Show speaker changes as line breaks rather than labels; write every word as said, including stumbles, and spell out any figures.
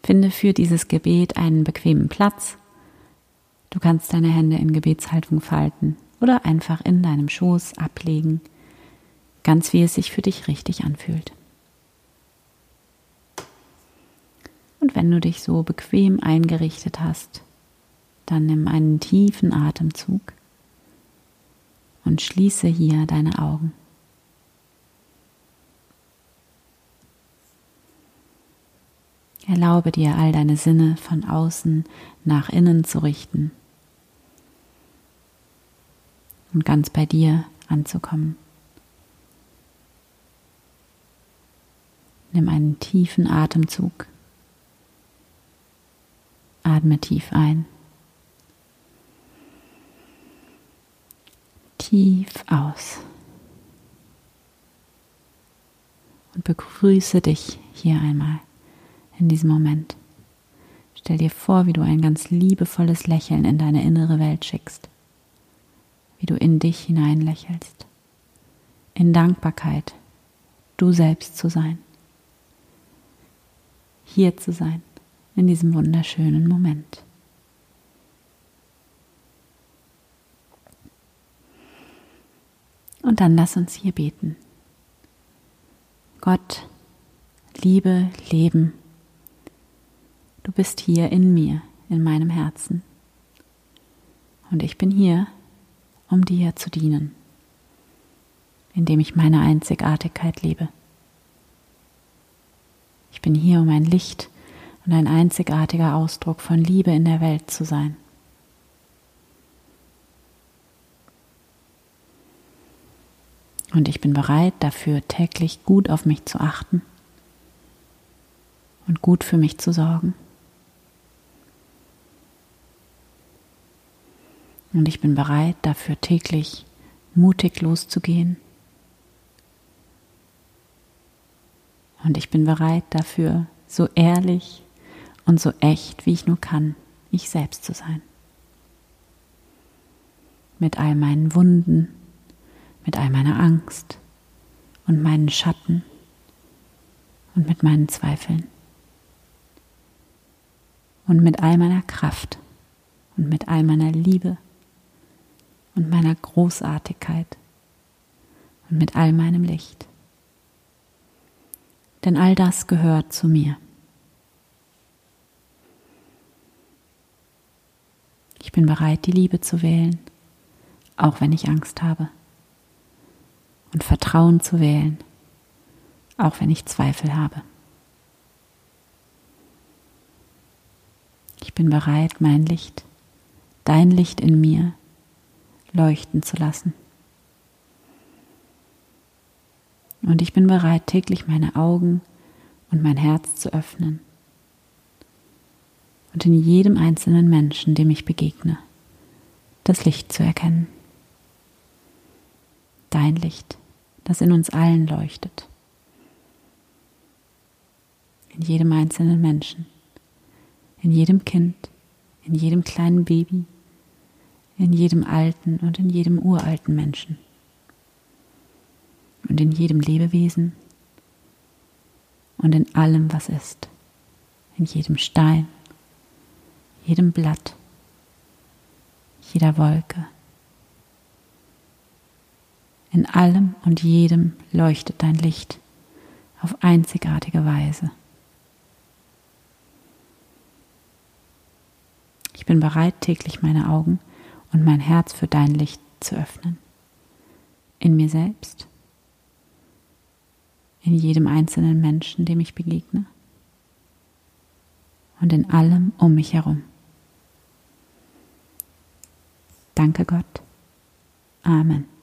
Finde für dieses Gebet einen bequemen Platz. Du kannst deine Hände in Gebetshaltung falten oder einfach in deinem Schoß ablegen, ganz wie es sich für dich richtig anfühlt. Und wenn du dich so bequem eingerichtet hast, dann nimm einen tiefen Atemzug und schließe hier deine Augen. Erlaube dir, all deine Sinne von außen nach innen zu richten und ganz bei dir anzukommen. Nimm einen tiefen Atemzug. Atme tief ein. Tief aus. Und begrüße dich hier einmal in diesem Moment. Stell dir vor, wie du ein ganz liebevolles Lächeln in deine innere Welt schickst. Wie du in dich hinein lächelst. In Dankbarkeit, du selbst zu sein. Hier zu sein, in diesem wunderschönen Moment. Und dann lass uns hier beten. Gott, Liebe, Leben, du bist hier in mir, in meinem Herzen. Und ich bin hier, um dir zu dienen, indem ich meine Einzigartigkeit lebe. Ich bin hier, um ein Licht und ein einzigartiger Ausdruck von Liebe in der Welt zu sein. Und ich bin bereit, dafür täglich gut auf mich zu achten und gut für mich zu sorgen. Und ich bin bereit, dafür täglich mutig loszugehen. Und ich bin bereit dafür, so ehrlich und so echt, wie ich nur kann, ich selbst zu sein. Mit all meinen Wunden, mit all meiner Angst und meinen Schatten und mit meinen Zweifeln. Und mit all meiner Kraft und mit all meiner Liebe und meiner Großartigkeit und mit all meinem Licht. Denn all das gehört zu mir. Ich bin bereit, die Liebe zu wählen, auch wenn ich Angst habe. Und Vertrauen zu wählen, auch wenn ich Zweifel habe. Ich bin bereit, mein Licht, dein Licht in mir, leuchten zu lassen. Und ich bin bereit, täglich meine Augen und mein Herz zu öffnen und in jedem einzelnen Menschen, dem ich begegne, das Licht zu erkennen. Dein Licht, das in uns allen leuchtet. In jedem einzelnen Menschen, in jedem Kind, in jedem kleinen Baby, in jedem alten und in jedem uralten Menschen. Und in jedem Lebewesen und in allem, was ist. In jedem Stein, jedem Blatt, jeder Wolke. In allem und jedem leuchtet dein Licht auf einzigartige Weise. Ich bin bereit, täglich meine Augen und mein Herz für dein Licht zu öffnen. In mir selbst, in jedem einzelnen Menschen, dem ich begegne und in allem um mich herum. Danke Gott. Amen.